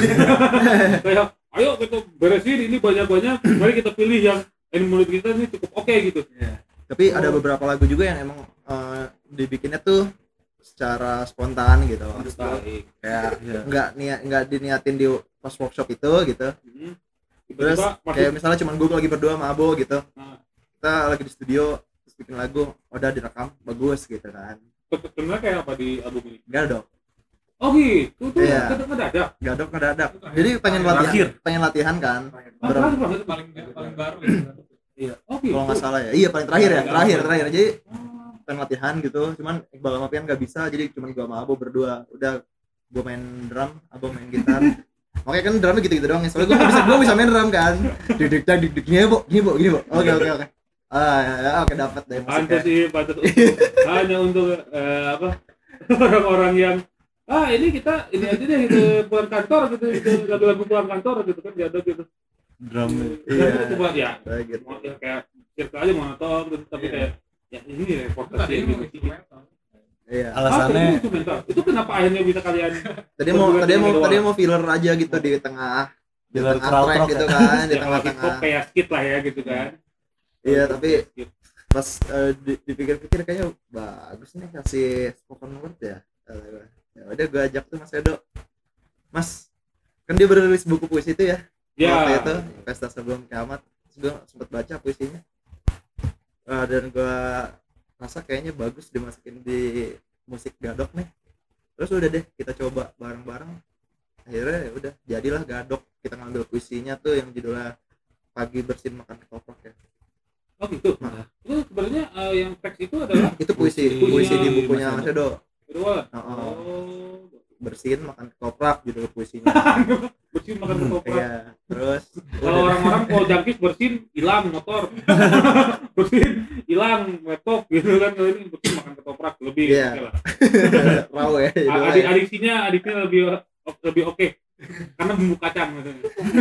B: Kayak ayo kita beresin ini banyak-banyak, mari kita pilih yang ini menurut kita ini cukup oke gitu.
D: Tapi ada beberapa lagu juga yang emang eh, dibikinnya tuh secara spontan gitu.
B: Baik.
D: Kayak
E: Iya.
D: nggak niat nggak diniatin di pas workshop itu gitu.
B: Hmm.
D: Terus
B: Tiba-tiba masuk
D: kayak misalnya cuma gue lagi berdua sama Abo gitu.
B: Nah.
D: Kita lagi di studio terus bikin lagu, udah direkam bagus gitu kan.
B: sebenarnya kayak apa di album ini?
D: Gadok,
B: Oh gitu, tuh
D: Iya.
B: kadang ada.
D: gadok ngedadak. Jadi pengen latihan,
E: Terakhir.
D: pengen latihan kan.
B: Oh,
D: Berapa?
B: terakhir,
G: Itu paling paling baru ya.
B: Oh gitu.
D: Kalau nggak salah ya. Iya paling terakhir ya, terakhir terakhir. Jadi
B: Oh.
D: pengen latihan gitu. Cuman Iqbal sama Pian nggak bisa, jadi cuman gua sama Abo berdua. Udah gua main drum, Abo main gitar. Makanya kan drumnya gitu-gitu doang. Soalnya gua nggak bisa, gua bisa main drum kan. Dik dik dik dik gini bo, gini bo, gini bo. Oke oke oke. Ah ya, ya, oke dapat deh
B: Pantes
D: musiknya.
B: sih, pantes untuk- hanya untuk eh, apa orang-orang yang ah ini kita ini aja deh gitu pulang kantor gitu, gitu lagu-lagu pulang kantor gitu kan ada gitu.
E: Drumnya.
D: Iya.
B: Kan coba ya,
D: Kayak gitu.
B: mau- ya kayak circle aja monoton gitu, tapi
G: Iya.
B: kayak ya ini reportasi
G: Tadi
B: yang
G: ini
B: gitu.
G: instrumental.
D: Iya.
B: Ah,
E: Alasannya
B: itu instrumental. Itu kenapa akhirnya bisa kalian
D: Tadi mau
B: berdua
D: tadi mau
B: doang?
D: tadi mau filler aja gitu di tengah di
E: Biar
D: tengah
E: crowd
D: track
E: rock
D: gitu
E: ya.
D: kan, di
B: yang lagi pop
D: tengah-tengah.
B: kayak skit lah ya gitu kan.
D: Iya, tapi
B: Skit.
D: pas eh, di- dipikir-pikir kayaknya bagus nih kasih spoken word ya. Eh, ya udah gue ajak tuh Mas Edo. Mas, kan dia baru rilis buku puisi itu ya. Waktu
B: Ya.
D: itu Pesta Sebelum Kiamat. Terus gue sempat baca puisinya. Eh, dan gue rasa kayaknya bagus dimasukin di musik Gadok nih. Terus udah deh kita coba bareng-bareng. Akhirnya ya udah jadilah Gadok. Kita ngambil puisinya tuh yang judulnya Pagi Bersin Makan Ketoprak ya.
B: Oh gitu.
D: Nah.
B: Itu sebenarnya eh, yang teks itu adalah
D: Itu puisi,
B: Puisi
D: puisi di
B: Mas
D: bukunya
E: Edo.
D: Mas Edo.
B: kedua.
D: Heeh.
B: Oh.
D: Bersihin makan ketoprak judul puisinya.
B: Bersin makan ketoprak.
D: Iya, terus
B: Kalau orang-orang kalau jangkis bersin hilang motor. Bersin hilang laptop gitu kan. Kalau ini bersin makan ketoprak lebih
D: Iya.
B: oke lah.
D: raw ya judulnya.
B: Adik adiksinya adiknya lebih lebih oke karena bumbu kacang gitu.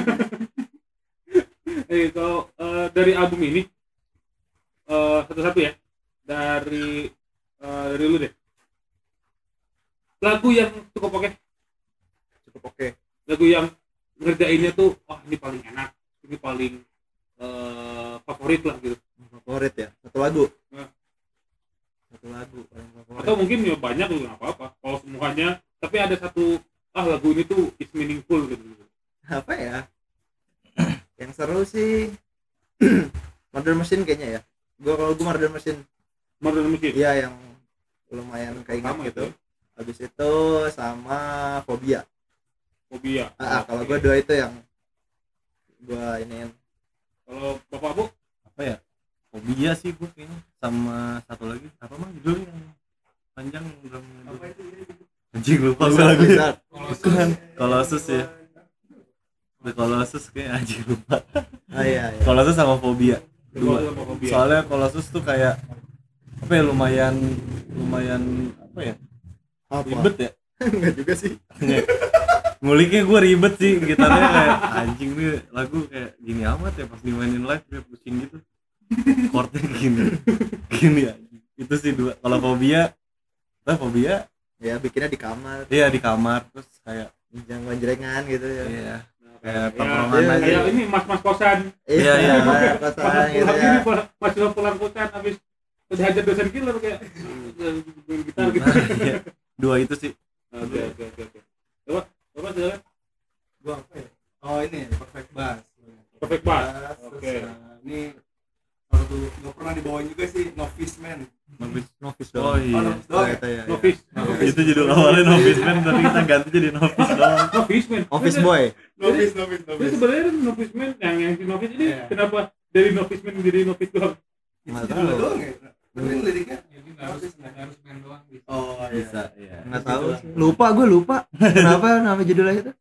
B: Eh kalau eh, dari album ini eh, satu-satu ya dari eh, dari lu deh lagu yang cukup oke
D: Cukup oke.
B: lagu yang ngerjainnya tuh wah ini paling enak ini paling eh, favorit lah gitu
D: Favorit ya. Satu lagu.
B: Nah.
D: Satu lagu paling favorit.
B: atau mungkin ya banyak gitu nggak apa-apa kalau semuanya tapi ada satu ah lagu ini tuh is meaningful gitu.
D: Apa ya? Yang seru sih Modern Machine kayaknya ya. Gua kalau gua Modern Machine.
B: Modern Machine
D: Iya yang lumayan keinget
B: Pertama
D: gitu.
B: itu.
D: Habis itu sama Fobia.
B: Fobia.
D: Ah, ah, kalau gua dua itu yang gua iniin.
B: Kalau bapak bu
E: apa ya? Fobia sih gue kayaknya, sama satu lagi apa mah judulnya yang panjang drum anjing lupa gue
D: Bisa,
E: lagi
D: bisa.
E: bukan Colossus ya. The Colossus kayak anjing lupa.
D: Oh iya iya.
E: Colossus sama Fobia. Dua.
B: Sama Fobia.
E: Soalnya Colossus tuh kayak apa ya lumayan lumayan apa ya?
D: Apa?
E: Ribet ya.
D: Enggak juga sih.
E: Nguliknya gue ribet sih, gitarnya kayak anjing nih lagu kayak gini amat ya pas dimainin live kayak pusing gitu. Chordnya gini. Gini anjing. Itu sih dua. Kalau Fobia, nah Fobia
D: Ya bikinnya di kamar.
E: iya di kamar terus kayak
D: Jangan jerengan gitu ya.
E: iya kayak
B: Ya,
E: tongkrongan
D: iya,
E: aja.
B: kayak ini mas-mas kosan.
E: Iya, iya.
D: kayak kosan
B: Pas
D: gitu
B: pulang
D: ya.
B: ini pas pulang pulang kosan habis udah hajar dosen killer kayak main gitar gitu.
E: Nah, iya. Dua itu sih.
B: Oke oke oke oke. Coba coba silakan.
H: Gua apa ya? Oh ini perfect bass.
B: Perfect bass.
H: Terus,
B: Oke.
H: uh, ini salah satu nggak pernah dibawain juga sih, Novice Man.
E: Novice.
D: Novice
E: Oh
D: doang.
E: iya.
H: Oh, Novice doang ya?
D: Itu ya.
B: Novice.
E: Itu judul awalnya Novice Man tapi kita ganti jadi Novice doang.
B: Novice man.
D: Office boy.
H: Novice, Novice,
B: Jadi
H: Novice.
B: sebenarnya novice man yang yang si novice ini
H: Iya.
B: kenapa dari novice man menjadi novice doang?
D: Nggak
H: Itu
D: tahu.
H: judulnya doang ya? Tapi liriknya
G: Jadi nggak harus nggak harus main doang gitu.
H: oh
E: Bisa, iya.
D: Nggak tahu. Lupa gue lupa. Kenapa nama judulnya itu?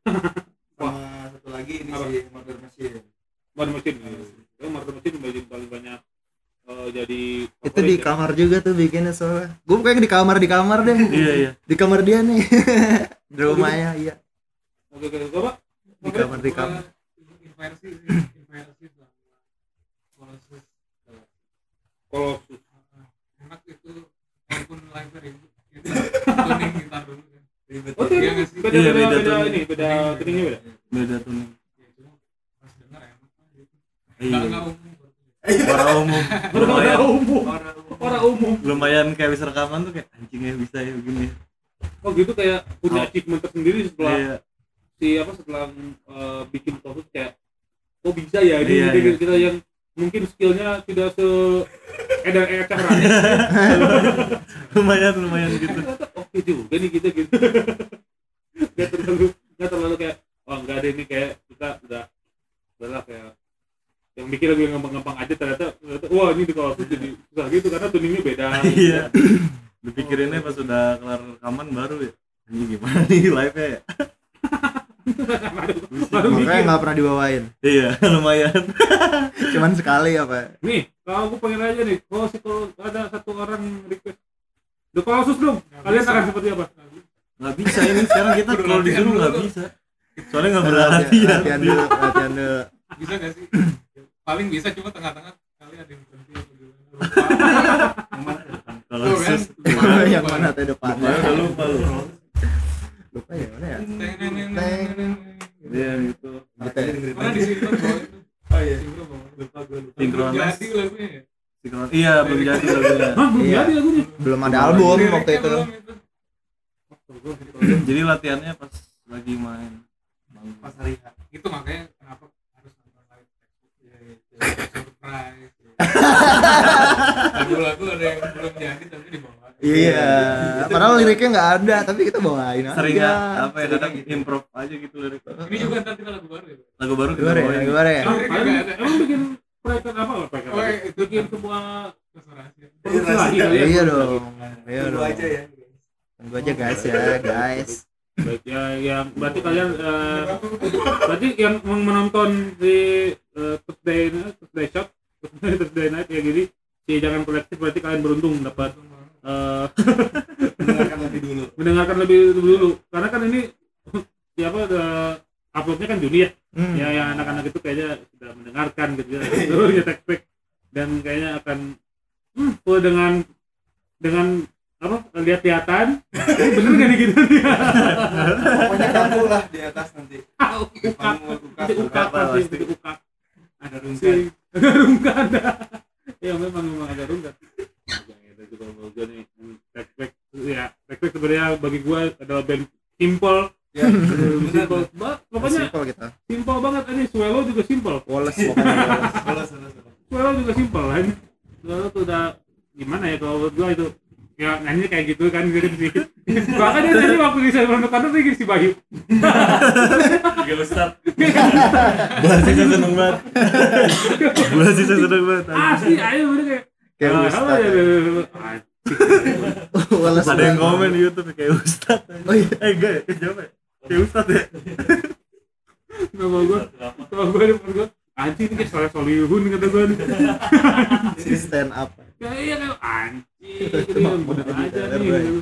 H: sama satu lagi ini
B: Apa?
H: sih Murder Machine.
B: Murder Machine. Ya, Murder Machine banyak paling banyak eh, jadi
D: Itu di kamar juga tuh bikinnya soalnya. Gue pokoknya di kamar di kamar deh.
E: Iya iya.
D: Di kamar dia nih. Di rumahnya iya.
B: Oke oke coba.
D: Di kamar di kamar.
G: Inversi sih, inversi sama Colossus.
B: Kalau
G: Enak itu walaupun live ribut gitu. Tuning gitar dulu kan.
H: Ribet.
B: oh,
H: ya.
G: Iya nggak sih?
B: beda
E: Iya,
B: beda
E: beda
B: beda
E: tuh.
B: ini beda tuningnya beda.
E: Beda tuh nih.
G: Ya cuma pas denger enak kan gitu.
E: Iya.
G: Nggak nggak umum.
E: Orang umum.
B: Orang
E: Lumayan,
B: umum. Orang umum.
E: lumayan kayak bisa rekaman tuh kayak anjingnya bisa ya begini.
B: Oh gitu kayak punya
E: Oh.
B: achievement tersendiri setelah
E: Iya.
B: si apa setelah eh, bikin Colossus kayak oh bisa ya ini
E: Iya,
B: kita,
E: iya.
B: kita yang mungkin skillnya tidak se edar ecah rani
E: Lumayan lumayan gitu.
B: ternyata oke juga nih kita gitu nggak terlalu nggak terlalu kayak oh enggak deh ini kayak kita udah udah lah kayak yang bikin lagu yang gampang-gampang aja ternyata, ternyata wah ini di Colossus jadi susah gitu karena tuningnya beda.
E: Iya. Dipikirinnya pas udah kelar rekaman baru ya. Anjing gimana nih live-nya ya?
B: Baru
D: Makanya
B: bikin.
D: nggak pernah dibawain.
E: Iya, lumayan.
D: Cuman sekali apa?
B: Nih, kalau aku pengen aja nih, kalau si kalau ada satu orang request The Colossus dong, kalian akan seperti apa?
E: Nggak bisa ini sekarang kita kalau disuruh nggak bisa. Soalnya nggak berlatihan.
D: Latihan dulu, latihan dulu.
G: Bisa nggak sih? Paling bisa cuma tengah-tengah kali ada yang berhenti atau gimana.
E: Kalau
G: Tuh kan?
E: sus,
D: Yang mana teh depan?
E: Gimana udah lupa lu.
D: Lupa ya mana ya?
E: Iya gitu.
D: Gitu ya.
G: Mana di sini kan bawa itu.
H: Oh iya.
G: Sinkro bawa. Lupa gue lupa.
E: Sinkronis.
G: Belum jadi lagunya ya.
E: Sinkron. Iya, belum jadi lagunya.
B: Hah, belum
D: Iya.
B: jadi lagunya.
D: Belum ada album
G: Liriknya
D: waktu itu.
G: belum itu.
E: Jadi latihannya pas lagi main.
H: Pas hari H.
G: Itu makanya kenapa harus nonton live
H: Iya, iya.
G: surprise. Lagu-lagu ada yang belum jadi tapi dibawa.
D: Iya. Padahal liriknya nggak ada, tapi kita bawain aja.
E: Sering apa ya kadang improv aja gitu lirik.
G: Ini juga ntar kita lagu baru ya.
E: Lagu baru kita
D: Gimana ya?
E: bawain.
D: Gimana ya?
B: Emang,
G: Liriknya
B: kalian-
G: nggak ada.
B: emang bikin proyek apa? Proyek apa?
G: Oh, itu
B: Bikin sebuah
G: Terus rahasia.
B: produksi lagi kalian?
D: Iya dong. Iya
H: Tunggu
D: dong.
H: aja ya.
D: Tunggu aja guys ya, guys.
B: Baik ya, yang berarti kalian eh, berarti yang menonton di eh, Thursday Thursday Shop, Thursday, Thursday Night ya gini, si Jangan Kolektif berarti kalian beruntung dapat eh,
H: Dengarkan lebih dulu.
B: mendengarkan lebih dulu karena kan ini siapa eh, uploadnya kan Juni ya,
D: Hmm.
B: ya yang anak-anak itu kayaknya sudah mendengarkan gitu ya, seluruhnya teks dan kayaknya akan hmm, full dengan dengan apa lihat-lihatan ini bener nggak nih gitu
H: Pokoknya kamu lah di atas nanti.
B: ukak
H: Kamu ukak.
B: itu ukak pasti
E: pasti.
B: itu ukak
H: Ada
B: si
H: rungkat.
B: ada rungkat ada ya memang memang ada rungkat ada juga juga nih Backpack ya Backpack sebenarnya bagi gua adalah band simple
H: Ya,
B: simple banget pokoknya
D: Simpel kita.
B: simple banget ini Swallow juga simple
D: Wallace pokoknya.
H: Salah, salah, salah.
B: Swallow juga simple lah ini Swallow tuh udah gimana ya kalau menurut gua itu ya nyanyi kayak gitu kan gitu sih bahkan dia nyanyi waktu di saya nonton konser dia si Bayu
E: Tiga Ustad. Gua sih seneng banget. Gua sih seneng banget.
B: asli ayo bener kayak
D: Kayak
B: ah,
D: Ustad
B: apa ya,
D: ya.
B: ya, ya, ya.
D: Wallace
E: Ada yang
D: banget.
E: komen di YouTube kayak Ustad.
D: Oh iya.
E: Eh enggak ya, siapa ya? Kayak Ustad ya.
B: nama gue nama gue depan gue anjing ini kayak Soleh Solihun kata gue
D: Si stand up.
B: kayak iya kayak anjing gitu yang bener aja nih gitu.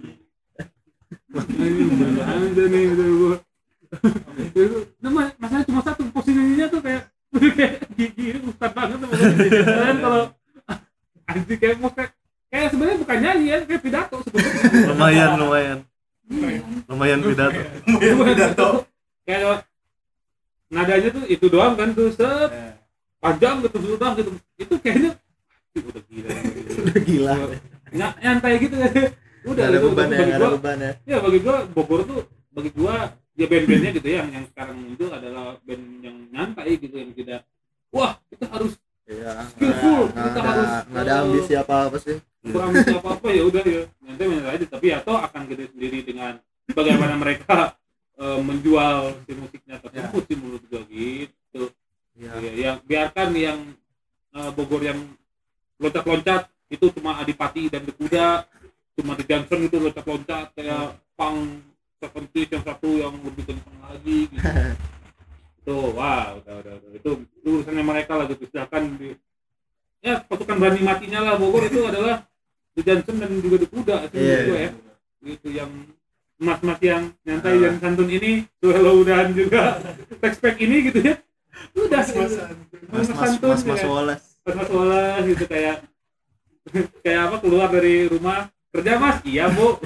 B: Anjing bener aja nih gitu gue itu nama masalahnya cuma satu posisinya tuh kayak kayak gigi ustad banget sama kalian kalau anjing kayak mau kayak kayak sebenarnya bukan nyanyi ya kayak pidato sebenarnya
E: lumayan lumayan lumayan pidato
B: pidato kayak nadanya tuh itu doang kan tuh set panjang gitu sudah gitu itu kayaknya udah gila
D: Udah gila.
B: nggak nyantai gitu ya udah
D: Gak ada
B: itu
D: beban ya,
B: bagi
D: gak ada
B: gua
D: beban ya.
B: ya bagi gua Bogor tuh bagi gua ya band-bandnya gitu ya yang yang sekarang itu adalah band yang nyantai gitu yang tidak wah kita harus
D: Iya.
B: skillful
D: Nggak
B: kita
D: ada,
B: harus
D: nggak ada ambisi apa-apa sih.
B: kurang apa apa ya udah ya nanti menyantai aja tapi ya toh akan gede sendiri dengan bagaimana mereka uh, menjual si musiknya tersebut sih menurut gua gitu
D: Iya.
B: ya, yang biarkan yang uh, Bogor yang loncat-loncat itu cuma Adipati dan The Kuda cuma di Johnson itu loncat-loncat kayak pang seperti yang satu yang lebih kencang lagi gitu tuh wah udah udah, udah. Itu, itu urusannya mereka lah gitu silahkan di ya pasukan berani matinya lah Bogor itu adalah The Johnson dan juga The Kuda sih
D: Iya,
B: menurut gua
D: iya.
B: ya gitu yang mas-mas yang nyantai dan santun ini Suhelo dan juga Texpack ini gitu ya udah
D: Mas mas mas mas Wallace.
B: mas Wallace gitu kayak kayak apa keluar dari rumah kerja mas iya bu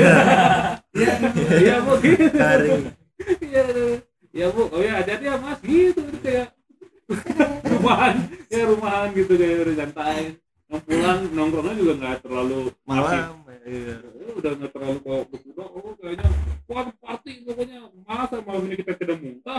B: iya bu gitu
D: Garing.
B: iya iya bu oh ya hati-hati ya mas gitu itu kayak rumahan ya rumahan gitu kayak udah santai yang pulang nongkrongnya juga nggak terlalu aktif.
D: Malam.
E: iya
B: Eh, udah nggak terlalu kok berkuda oh kayaknya wah party pokoknya masa malam ini kita sudah muntah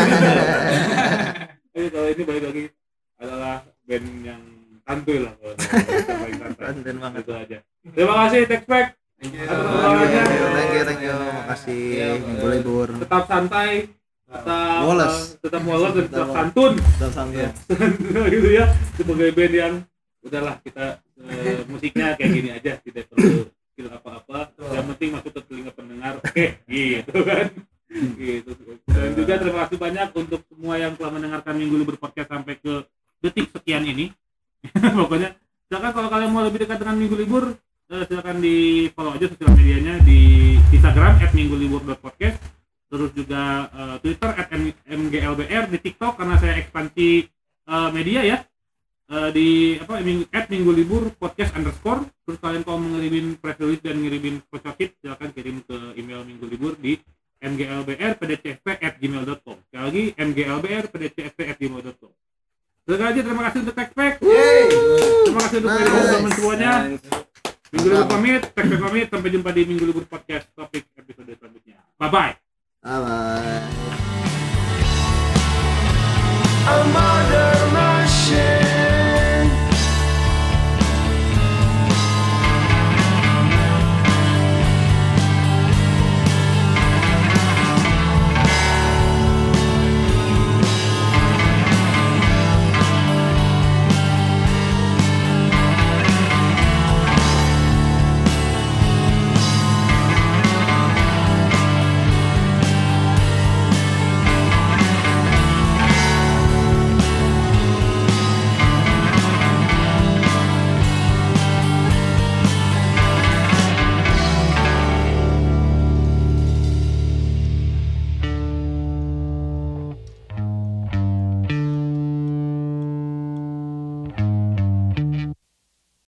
B: eh kalau ini balik lagi adalah band yang santuy lah kalau paling santai
D: Konten banget.
B: itu aja terima kasih Texpack
H: Thank you.
B: atas
D: Thank
B: obrolannya
D: you, thank you, thank you. Makasih.
B: Iya,
D: Minggu libur.
B: tetap santai tetap
D: Woles.
B: eh, tetap woles dan tetap santun
D: Dan sampai.
B: gitu ya sebagai band yang udahlah kita eh, musiknya kayak gini aja tidak perlu skill apa-apa yang penting masuk ke telinga pendengar oke gitu kan gitu dan juga terima kasih banyak untuk semua yang telah mendengarkan Minggu Libur Podcast sampai ke detik sekian ini pokoknya silakan kalau kalian mau lebih dekat dengan Minggu Libur eh, silakan di follow aja sosial medianya di Instagram at minggu libur dot podcast terus juga eh, Twitter at m g l b r di TikTok karena saya ekspansi eh, media ya Uh, di apa minggu at minggu libur podcast underscore terus kalian kalau mau ngirimin press release dan ngirimin sponsorship silakan kirim ke email minggu libur di m g l b r p d c f p at gmail dot com sekali lagi m g l b r p d c f p at gmail dot com sekali lagi terima kasih untuk Texpack terima kasih untuk teman-teman semuanya minggu libur pamit Texpack pamit sampai jumpa di minggu libur podcast topik episode selanjutnya bye bye
D: Bye.